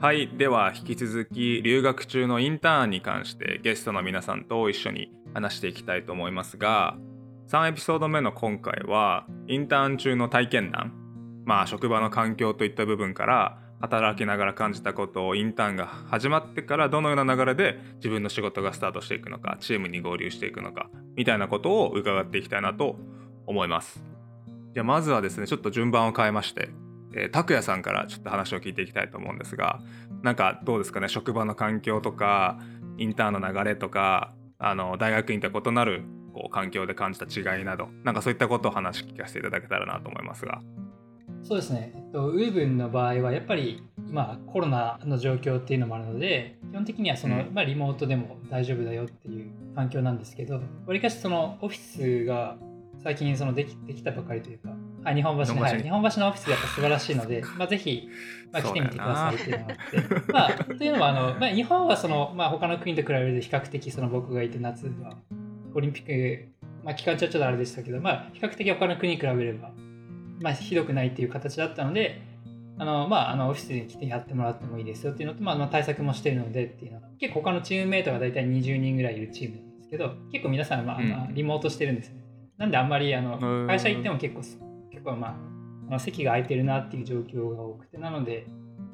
はい、では引き続き留学中のインターンに関してゲストの皆さんと一緒に話していきたいと思いますが、3エピソード目の今回はインターン中の体験談、職場の環境といった部分から働きながら感じたことをインターンが始まってからどのような流れで自分の仕事がスタートしていくのか、チームに合流していくのかみたいなことを伺っていきたいなと思います。じゃあまずはですね、ちょっと順番を変えまして拓也さんからちょっと話を聞いていきたいと思うんですが、なんかどうですかね、職場の環境とかインターンの流れとか大学院とは異なる環境で感じた違いなど、なんかそういったことを話聞かせていただけたらなと思いますが。 そうですね、ウーブンの場合はやっぱり今コロナの状況っていうのもあるので、基本的にはリモートでも大丈夫だよっていう環境なんですけど、わりかしオフィスが最近できたばかりというか、日本橋のオフィスがやっぱ素晴らしいので、ぜひ、来てみてくださいっていうのがあって、というのは日本は他の国と比べると比較的僕がいて夏はオリンピック、期間中はちょっとあれでしたけど、比較的他の国に比べればひどくないっていう形だったので、オフィスに来てやってもらってもいいですよっていうのと、対策もしているのでっていうのは、結構他のチームメイトが大体20人ぐらいいるチームなんですけど、結構皆さん、リモートしてるんですね。なんであんまり会社行っても結構席が空いてるなっていう状況が多くて、なので、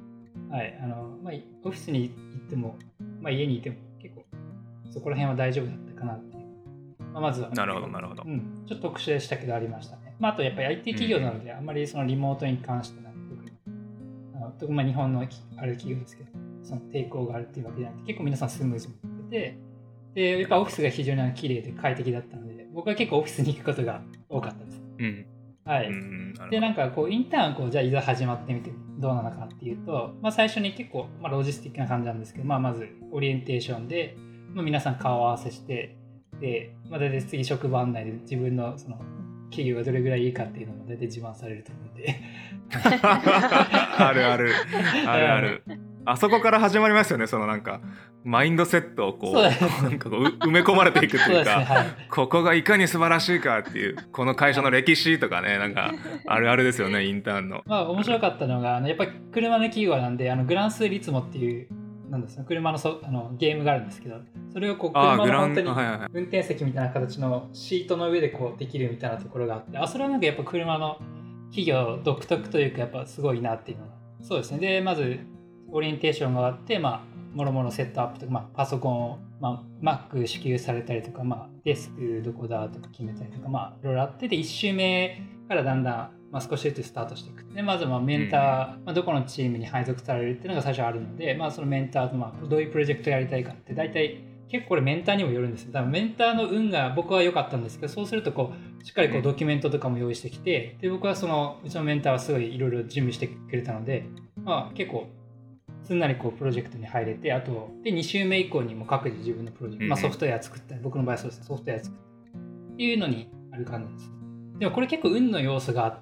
オフィスに行っても、家にいても結構そこら辺は大丈夫だったかなっていう、まずは、 なるほど、 ちょっと特殊でしたけどありましたね。あとやっぱり IT 企業なので、あんまりリモートに関しては特に日本のある企業ですけど、抵抗があるっていうわけじゃなくて、結構皆さんスムーズにやってて、でやっぱオフィスが非常に綺麗で快適だったので、僕は結構オフィスに行くことが多かったです。でなんかインターンじゃあいざ始まってみてどうなのかっていうと、最初に結構、ロジスティックな感じなんですけど、まずオリエンテーションで、皆さん顔合わせして、で、大体次職場案内で自分の企業がどれぐらいいいかっていうのも大体自慢されると思うんであるあるあそこから始まりますよね。なんかマインドセットをなんか埋め込まれていくというかここがいかに素晴らしいかっていう、この会社の歴史とかね、なんかあるあるですよね、インターンの。 面白かったのがやっぱり車の企業なんで、グランスリツモっていうなんです車のゲームがあるんですけど、それを車の本当に運転席みたいな形のシートの上でできるみたいなところがあって、それはなんかやっぱ車の企業独特というかやっぱすごいなっていうのは。そうですね。でまずオリエンテーションがあって、もろもろセットアップとか、パソコンを、Mac 支給されたりとか、デスクどこだとか決めたりとか、いろいろあって、で1周目からだんだん、少しずつスタートしていく。でまずメンター、どこのチームに配属されるっていうのが最初あるので、そのメンターと、どういうプロジェクトやりたいかって大体結構これメンターにもよるんですよ。多分メンターの運が僕は良かったんですけど、そうするとしっかりドキュメントとかも用意してきて、で僕はうちのメンターはすごいいろいろ準備してくれたので、結構すんなりプロジェクトに入れて、あとで2週目以降にも各自自分のプロジェクト、ソフトウェア作ったり、僕の場合はそうですね、ソフトウェア作ったりっていうのにある感じです。でもこれ結構運の要素があって、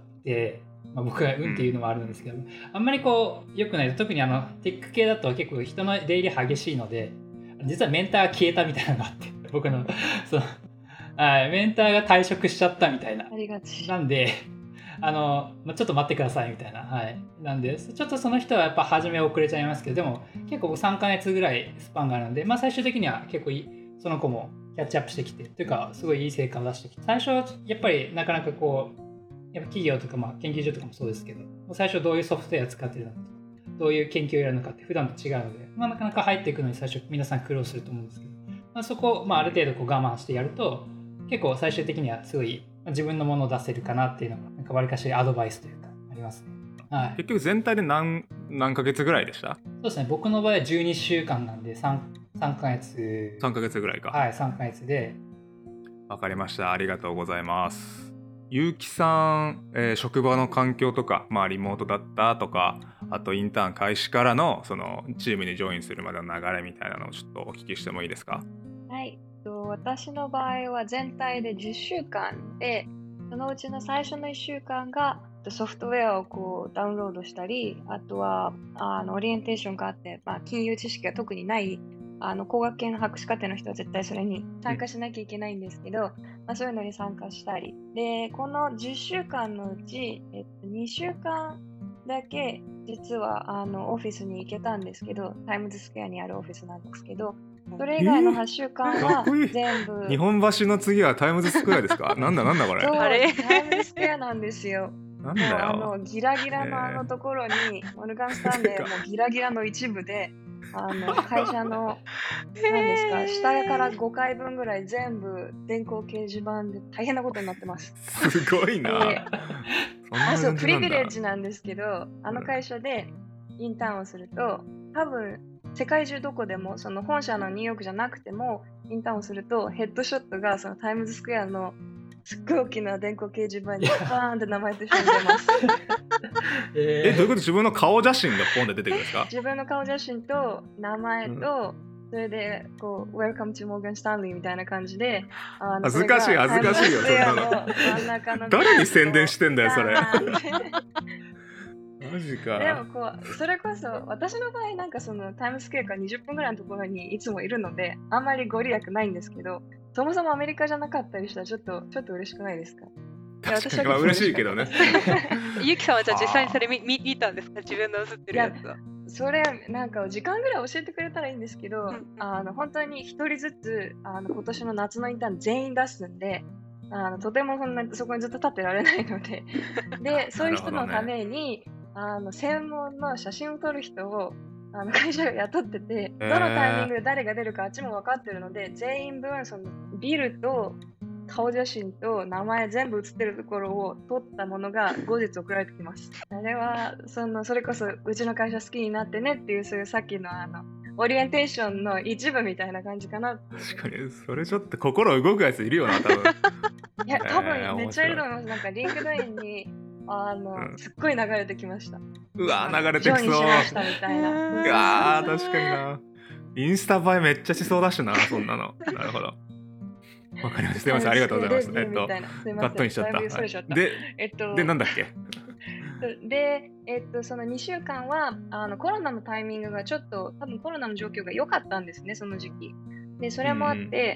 僕は運っていうのもあるんですけど、あんまり良くないと、特にテック系だと結構人の出入り激しいので、実はメンターが消えたみたいなのがあって、僕のメンターが退職しちゃったみたいな。 ありがち。 なんでちょっと待ってくださいみたいな。なんでちょっとその人はやっぱ初め遅れちゃいますけど、でも結構3ヶ月ぐらいスパンがあるので、最終的には結構その子もキャッチアップしてきて、というかすごいいい成果を出してきて、最初はやっぱりなかなかやっぱ企業とか研究所とかもそうですけど、最初どういうソフトウェア使ってるのか、どういう研究をやるのかって普段と違うので、なかなか入っていくのに最初皆さん苦労すると思うんですけど、そこをある程度我慢してやると、結構最終的にはすごい自分のものを出せるかなっていうのが、なんかわりかしアドバイスというかありますね。 結局全体で何ヶ月ぐらいでした？ そうですね、僕の場合は12週間なんで3ヶ月。 3ヶ月ぐらいか。 3ヶ月で。 わかりました。ありがとうございます。ゆうきさん、職場の環境とか、リモートだったとか、あとインターン開始からのチームにジョインするまでの流れみたいなのをちょっとお聞きしてもいいですか？ はい。私の場合は全体で10週間で、そのうちの最初の1週間がソフトウェアをダウンロードしたり、あとはオリエンテーションがあって、金融知識が特にない工学系の博士課程の人は絶対それに参加しなきゃいけないんですけど、そういうのに参加したりで、この10週間のうち、2週間だけ実はオフィスに行けたんですけど、タイムズスクエアにあるオフィスなんですけど、それ以外の8週間は全部、 日本橋の次はタイムズスクエアですか？なんだこれ。 そう、 あれタイムズスクエアなんですよ。 なんだよ。 ギラギラのところに、モルガンスタンレーもギラギラの一部で、会社の、何ですか、下から5回分ぐらい全部電光掲示板で大変なことになってます。 すごいな。 そう、プリビレッジなんですけど、会社でインターンをすると、多分、世界中どこでも、その本社のニューヨークじゃなくても、インターンをすると、ヘッドショットがそのタイムズスクエアのすっごい大きな電光掲示板にバーンって名前と一緒に出ます。 どういうこと？自分の顔写真がポンって出てくるんですか？ 自分の顔写真と名前と、それでこう Welcome to Morgan Stanley みたいな感じで、 恥ずかしいよ、そんなの。誰に宣伝してんだよ、それ。マジか。 でもそれこそ私の場合なんかそのタイムスクエアから20分ぐらいのところにいつもいるので、あんまりご利益ないんですけど、そもそもアメリカじゃなかったりしたらちょっと嬉しくないですか？ 確かに嬉しいけどね。 ゆきさんはじゃあ実際にそれ見たんですか？自分の写ってるやつは。 それなんか時間ぐらい教えてくれたらいいんですけど、本当に一人ずつ今年の夏のインターン全員出すんで、とてもそこにずっと立ってられないのででそういう人のために、専門の写真を撮る人を会社が雇ってて、どのタイミングで誰が出るかあっちも分かってるので、全員分そのビルと顔写真と名前全部写ってるところを撮ったものが後日送られてきます。あれはそれこそうちの会社好きになってねっていう、そういうさっきのオリエンテーションの一部みたいな感じかな。 確かにそれちょっと心動くやついるよな、多分。 いや多分めっちゃいると思います。なんかリンクドインにすっごい流れてきました。 うわ流れてきそう。 ジョインしましたみたいな。 うわ確かにな。インスタ映えめっちゃしそうだしな、そんなの。なるほど。わかりました。すみません、ありがとうございます。カットにしちゃった。で、なんだっけ？ で、その2週間はコロナのタイミングがちょっと多分コロナの状況が良かったんですね、その時期。で、それもあって、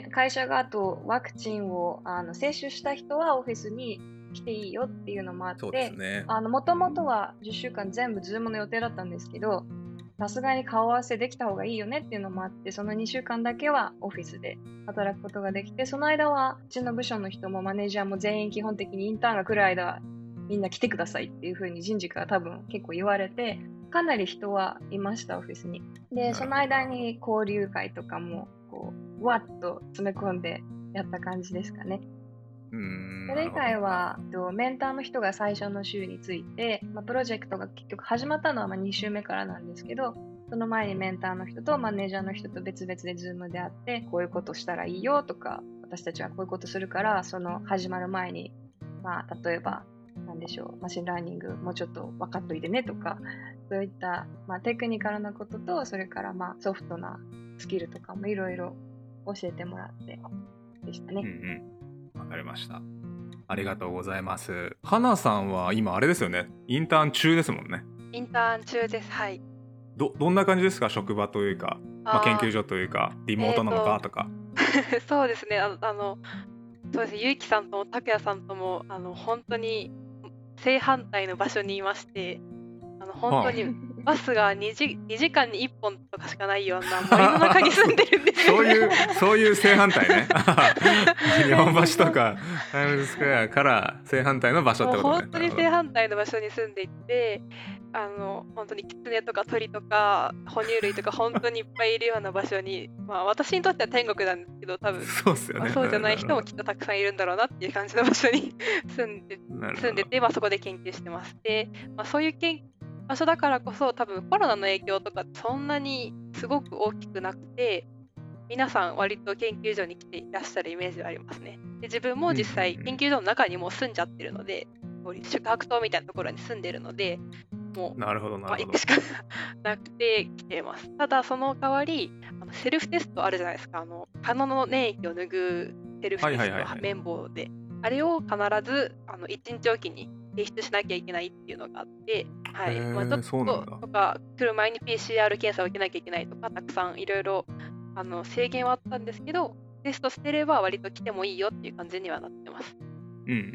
会社があとワクチンを接種した人はオフィスに来ていいよっていうのもあって、もともとは10週間全部ズームの予定だったんですけど、さすがに顔合わせできた方がいいよねっていうのもあって、その2週間だけはオフィスで働くことができて、その間はうちの部署の人もマネージャーも全員基本的にインターンが来る間はみんな来てくださいっていう風に人事から多分結構言われて、かなり人はいました、オフィスに。で、その間に交流会とかもこうわっと詰め込んでやった感じですかね。それ以外はメンターの人が最初の週について、プロジェクトが結局始まったのは2週目からなんですけど、その前にメンターの人とマネージャーの人と別々でズームで会って、こういうことしたらいいよとか、私たちはこういうことするから、その始まる前に、例えばなんでしょう、マシンラーニングもうちょっと分かっといてねとか、そういった、テクニカルなことと、それからソフトなスキルとかもいろいろ教えてもらってでしたね。 わかりました。ありがとうございます。花さんは今あれですよね、インターン中ですもんね。 インターン中です。はい。 どんな感じですか？職場というか、研究所というか、リモートなのかとか。 そうですね。そうです。ゆうきさんともたくやさんとも本当に正反対の場所にいまして、本当にバスが2時間に1本とかしかないような森の中に住んでるんですよ、ね。 そういう正反対ね。日本橋とかタイムズスクエアから正反対の場所ってことね。 本当に正反対の場所に住んでいて、本当にキツネとか鳥とか哺乳類とか本当にいっぱいいるような場所に、私にとっては天国なんですけど、多分そうですよね。 そうじゃない人もきっとたくさんいるんだろうなっていう感じの場所に住んでて、そこで研究してます。で、そういう場所だからこそ多分コロナの影響とかそんなにすごく大きくなくて、皆さん割と研究所に来ていらっしゃるイメージはありますね。で、自分も実際研究所の中にもう住んじゃってるので、宿泊棟みたいなところに住んでるので、もう行くしかなくて来ています。ただその代わりセルフテストあるじゃないですか。鼻の粘液を拭うセルフテスト、綿棒で、あれを必ず1日おきに提出しなきゃいけないっていうのがあって、はい、ちょっととか来る前に PCR 検査を受けなきゃいけないとか、たくさんいろいろ制限はあったんですけど、テストしてれば割と来てもいいよっていう感じにはなってます。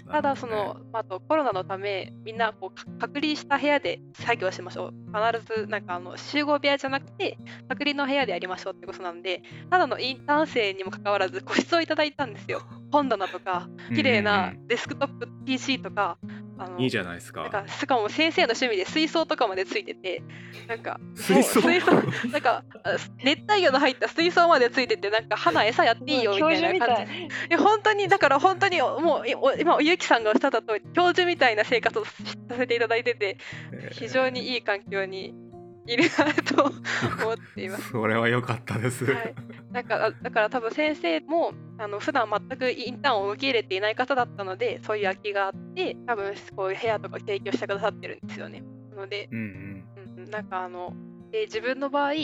ただあとコロナのためみんなこう隔離した部屋で作業しましょう。必ずなんか集合部屋じゃなくて隔離の部屋でやりましょうってことなんで、ただのインターン生にもかかわらず個室をいただいたんですよ。本棚とか綺麗なデスクトップ PC とか、 いいじゃないですか。 なんかしかも先生の趣味で水槽とかまでついてて、なんか水槽なんか熱帯魚の入った水槽までついてて、なんか花餌やっていいよみたいな感じ。いや本当にだから本当にもう今ゆきさんがおっしゃった通り教授みたいな生活をさせていただいてて、非常にいい環境にいるなと思っています。 それは良かったです。 はい、だから多分先生も普段全くインターンを受け入れていない方だったので、そういう空きがあって多分こういう部屋とか提供してくださってるんですよね。なので、なんかで自分の場合、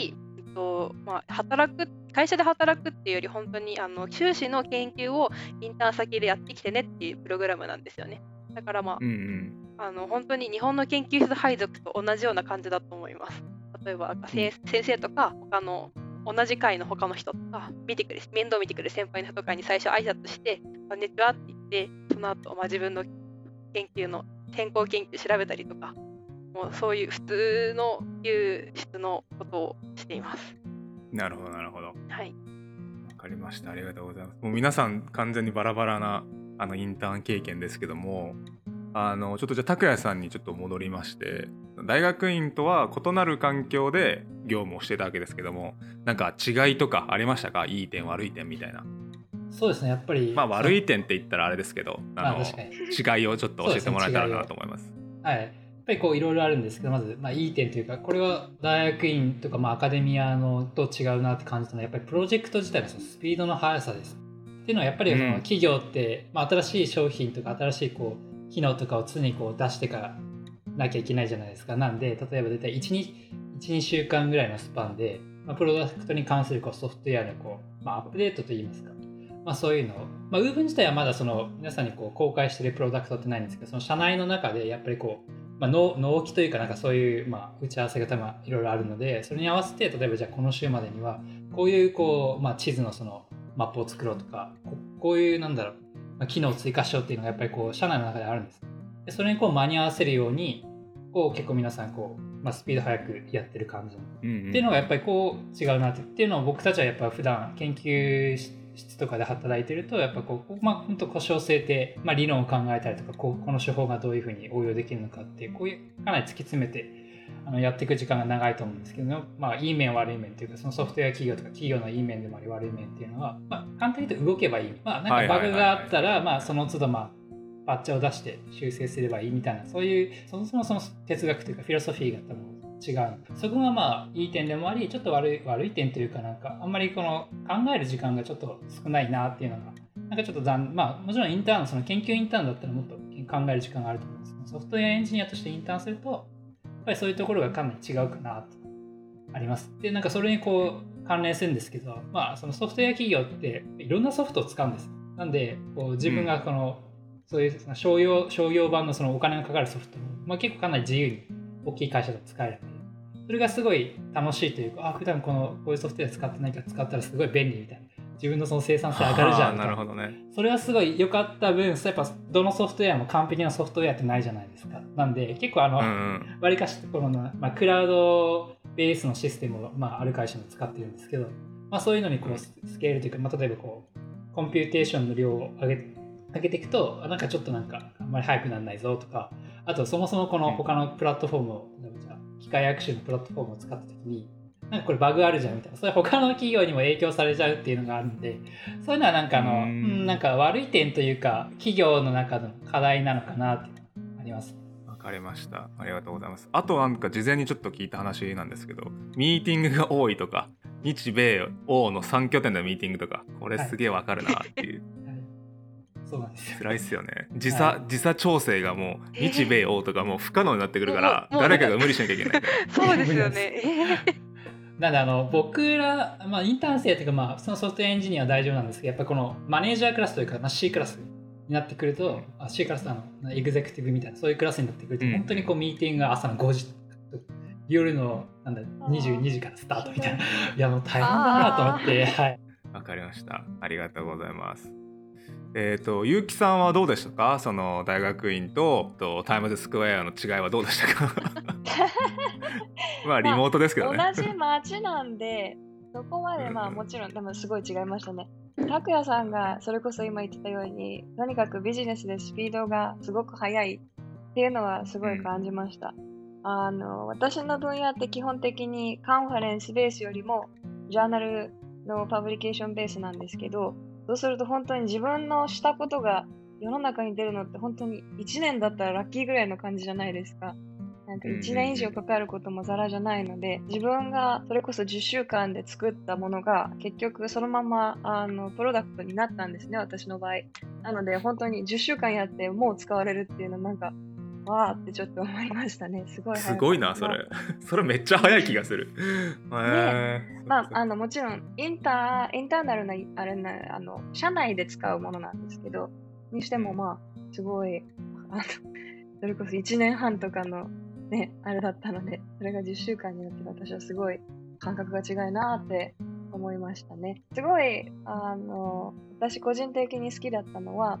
会社で働くっていうより本当に修士の研究をインターン先でやってきてねっていうプログラムなんですよね。だから本当に日本の研究室配属と同じような感じだと思います。例えば先生とか他の同じ会の他の人とか面倒見てくる先輩の人とかに最初挨拶してこんにちはって言って、その後、自分の研究の先行研究調べたりとか、もうそういう普通の研究室のことをしています。 なるほどなるほど。 はい。 わかりました。ありがとうございます。もう皆さん完全にバラバラなインターン経験ですけども、ちょっとじゃあ拓也さんにちょっと戻りまして、大学院とは異なる環境で業務をしてたわけですけども、なんか違いとかありましたか？いい点悪い点みたいな。 そうですね、やっぱり悪い点って言ったらあれですけど、違いをちょっと教えてもらえたらなと思います。 はい、やっぱりこういろいろあるんですけど、まずいい点というか、これは大学院とかアカデミアのと違うなって感じたのは、やっぱりプロジェクト自体のスピードの速さです。っていうのはやっぱり企業って、新しい商品とか新しい機能とかを常に出してからなきゃいけないじゃないですか。なんで例えば大体 1,2 週間ぐらいのスパンで、プロダクトに関するソフトウェアのアップデートといいますか、そういうのを、Uber 自体はまだ皆さんに公開しているプロダクトってないんですけど、その社内の中でやっぱり納期というか、そういう打ち合わせが多分いろいろあるので、それに合わせて例えばじゃあこの週までにはこういう地図のマップを作ろうとか、こういう機能を追加しようっていうのがやっぱり社内の中であるんです。でそれに間に合わせるように結構皆さんスピード速くやってる感じ、っていうのがやっぱり違うなっていうのを僕たちはやっぱ普段研究室とかで働いてると、やっぱ本当故障性って理論を考えたりとか、この手法がどういうふうに応用できるのかってこういうかなり突き詰めてやっていく時間が長いと思うんですけど、いい面悪い面というか、そのソフトウェア企業とか企業のいい面でもあり悪い面っていうのは、簡単に言うと動けばいい、なんかバグがあったらその都度バッチを出して修正すればいいみたいな、そういうそもそも哲学というかフィロソフィーが多分違う。そこがいい点でもあり、ちょっと悪い点というか、あんまり考える時間がちょっと少ないなっていうのがちょっともちろんインターンその研究インターンだったらもっと考える時間があると思うんですけど、ソフトウェアエンジニアとしてインターンするとやっぱりそういうところがかなり違うかなとあります。でそれに関連するんですけど、そのソフトウェア企業っていろんなソフトを使うんです。なんで自分がそういう商業版のお金がかかるソフトも、結構かなり自由に大きい会社で使えるので、それがすごい楽しいというか、普段こういうソフトウェア使ってないから使ったらすごい便利みたいな、自分の生産性上がるじゃんみたいな。 なるほどね。 それはすごい良かった分、やっぱどのソフトウェアも完璧なソフトウェアってないじゃないですか。なんで結構わりかしクラウドベースのシステムをある会社も使ってるんですけど、そういうのにスケールというか、例えばコンピューテーションの量を上げていくと、ちょっとあんまり速くならないぞとか、あとそもそも他のプラットフォームを、機械学習のプラットフォームを使った時にこれバグあるじゃんみたいな、それ他の企業にも影響されちゃうっていうのがあるんで、そういうのは悪い点というか企業の中の課題なのかなってあります。 わかりました。ありがとうございます。あと事前にちょっと聞いた話なんですけど、ミーティングが多いとか、日米欧の3拠点でのミーティングとか、これすげえわかるなっていう、 そうなんですよ。 辛いっすよね。時差調整がもう日米欧とかもう不可能になってくるから、誰かが無理しなきゃいけないそうですよね。 なんで僕ら、インターン生というか、そのソフトウェアエンジニアは大丈夫なんですけど、やっぱこのマネージャークラスというか、C クラスになってくると、C クラスエグゼクティブみたいなそういうクラスになってくると、本当にミーティングが朝の5時夜の22時からスタートみたいな、いやもう大変だなと思って、はい。 わかりました。ありがとうございます。 ゆうきさんはどうでしたか？その大学院とタイムズスクエアの違いはどうでしたか？まあリモートですけどね。 同じ町なんで、そこまでもちろんでもすごい違いましたね。拓也さんがそれこそ今言ってたように、とにかくビジネスでスピードがすごく速いっていうのはすごい感じました。私の分野って基本的にカンファレンスベースよりもジャーナルのパブリケーションベースなんですけど、そうすると本当に自分のしたことが世の中に出るのって本当に1年だったらラッキーぐらいの感じじゃないですか。なんか1年以上かかることもザラじゃないので、自分がそれこそ10週間で作ったものが結局そのままプロダクトになったんですね、私の場合。なので本当に10週間やってもう使われるっていうのなんかわーってちょっと思いましたね。すごい早い。 すごいなそれ。それめっちゃ早い気がする。 もちろんインターナルなあれな社内で使うものなんですけど、にしてもすごいそれこそ1年半とかのねあれだったので、それが10週間になって私はすごい感覚が違いなって思いましたね。すごい私個人的に好きだったのは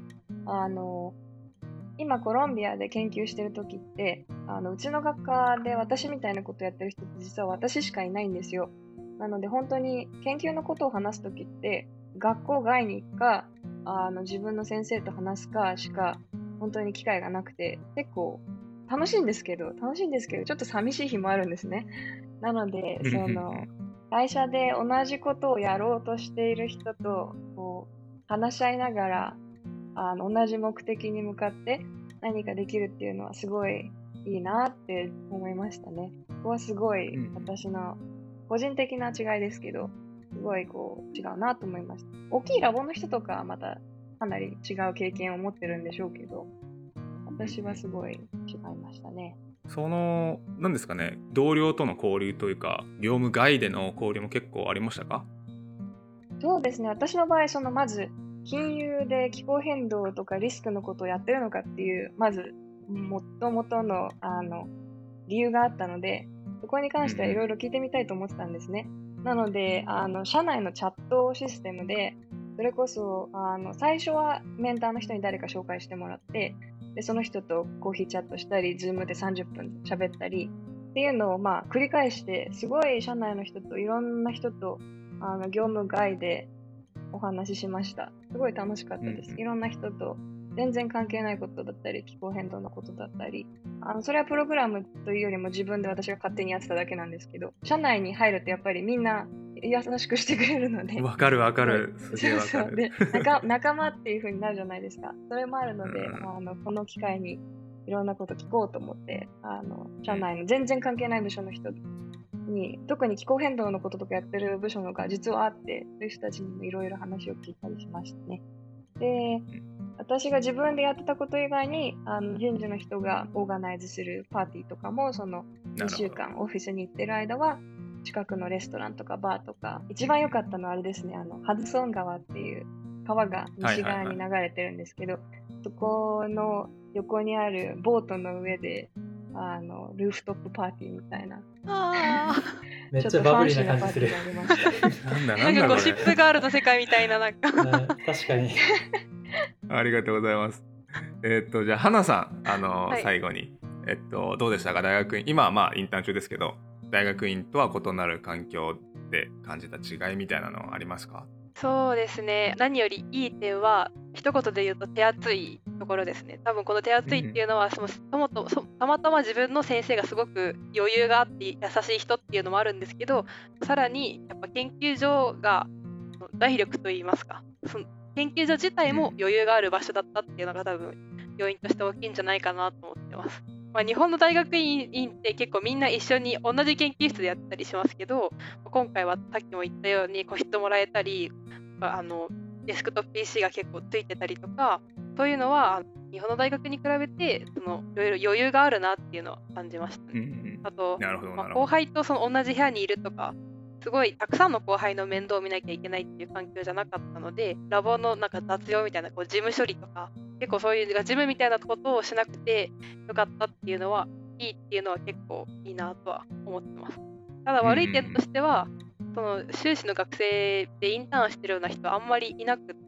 今コロンビアで研究してる時ってうちの学科で私みたいなことやってる人って実は私しかいないんですよ。なので本当に研究のことを話す時って学校外に行くか自分の先生と話すかしか本当に機会がなくて、結構楽しいんですけどちょっと寂しい日もあるんですね。なので会社で同じことをやろうとしている人とこう話し合いながら同じ目的に向かって何かできるっていうのはすごいいいなって思いましたね。ここはすごい私の個人的な違いですけど、すごいこう違うなと思いました。大きいラボの人とかはまたかなり違う経験を持ってるんでしょうけど、私はすごい違いましたね。 何ですかね、同僚との交流というか業務外での交流も結構ありましたか？ そうですね、私の場合まず金融で気候変動とかリスクのことをやってるのかっていうまず元々の理由があったので、そこに関してはいろいろ聞いてみたいと思ってたんですね。なので社内のチャットシステムでそれこそ最初はメンターの人に誰か紹介してもらって、でその人とコーヒーチャットしたり Zoom で30分喋ったりっていうのを繰り返して、すごい社内の人といろんな人と業務外でお話ししました。すごい楽しかったです。いろんな人と全然関係ないことだったり気候変動のことだったりそれはプログラムというよりも自分で私が勝手にやってただけなんですけど、社内に入るとやっぱりみんな優しくしてくれるので、 わかるすげえわかる。 で仲間っていう風になるじゃないですか。それもあるのでこの機会にいろんなこと聞こうと思って社内の全然関係ない部署の人に、特に気候変動のこととかやってる部署のが実はあって、そういう人たちにもいろいろ話を聞いたりしましたね。で私が自分でやってたこと以外に人事の人がオーガナイズするパーティーとかもその2週間オフィスに行ってる間は近くのレストランとかバーとか、一番良かったのはあれですね、ハドソン川っていう川が西側に流れてるんですけど、そこの横にあるボートの上でルーフトップパーティーみたいなめっちゃバブリーな感じする。 なんかゴシップガールの世界みたいな確かにありがとうございます。じゃあ花さん最後にどうでしたか？大学院、今はインターン中ですけど、大学院とは異なる環境で感じた違いみたいなのはありますか？ そうですね、何よりいい点は一言で言うと手厚いところですね。多分この手厚いっていうのは、たまたま自分の先生がすごく余裕があって優しい人っていうのもあるんですけど、さらにやっぱ研究所が財力といいますか、その研究所自体も余裕がある場所だったっていうのが多分要因として大きいんじゃないかなと思ってます。日本の大学院って結構みんな一緒に同じ研究室でやったりしますけど、今回はさっきも言ったように個室もらえたりデスクトップ PC が結構ついてたりとか、そういうのは日本の大学に比べていろいろ余裕があるなっていうのは感じましたね。あと後輩と同じ部屋にいるとか、すごいたくさんの後輩の面倒を見なきゃいけないっていう環境じゃなかったので、ラボの雑用みたいな事務処理とか結構そういう事務みたいなことをしなくてよかったっていうのはいいっていうのは結構いいなとは思ってます。ただ悪い点としては、その修士の学生でインターンしてるような人あんまりいなくっ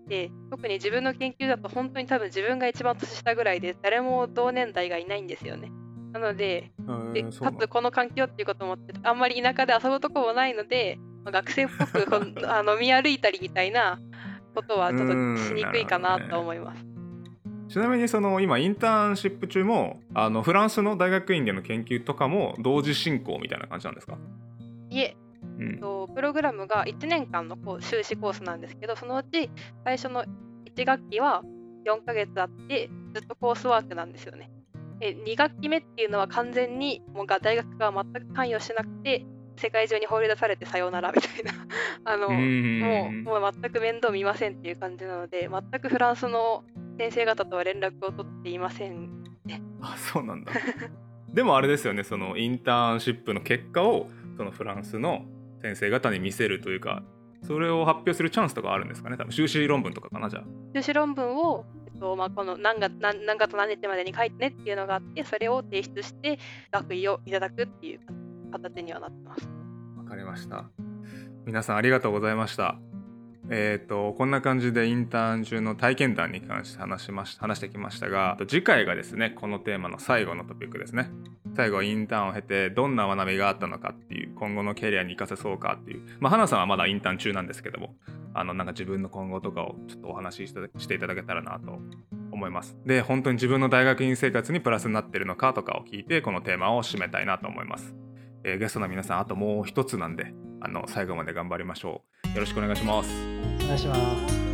て、特に自分の研究だと本当に多分自分が一番年下ぐらいで誰も同年代がいないんですよね。なので、かつこの環境っていうこともあってあんまり田舎で遊ぶとこもないので、学生っぽく飲み歩いたりみたいなことはちょっとしにくいかなと思います。 ちなみにその今インターンシップ中もフランスの大学院での研究とかも同時進行みたいな感じなんですか？ いえ、プログラムが1年間の修士コースなんですけど、そのうち最初の1学期は4ヶ月あってずっとコースワークなんですよね。2学期目っていうのは完全にもう大学が全く関与しなくて世界中に放り出されてさようならみたいなもう全く面倒見ませんっていう感じなので、全くフランスの先生方とは連絡を取っていませんね。 あ、そうなんだ。でもあれですよね、そのインターンシップの結果をそのフランスの先生方に見せるというか、それを発表するチャンスとかあるんですかね。多分修士論文とかかな。じゃあ修士論文を、この何月何日までに書いてねっていうのがあって、それを提出して学位をいただくっていう形にはなってます。 わかりました。皆さんありがとうございました。こんな感じでインターン中の体験談に関して話してきましたが、次回がですね、このテーマの最後のトピックですね。最後インターンを経てどんな学びがあったのかっていう、今後のキャリアに生かせそうかっていう、花さんはまだインターン中なんですけども、なんか自分の今後とかをちょっとお話ししていただけたらなと思います。で、本当に自分の大学院生活にプラスになってるのかとかを聞いて、このテーマを締めたいなと思います。ゲストの皆さん、あともう一つなんで最後まで頑張りましょう。よろしくお願いします。 お願いします。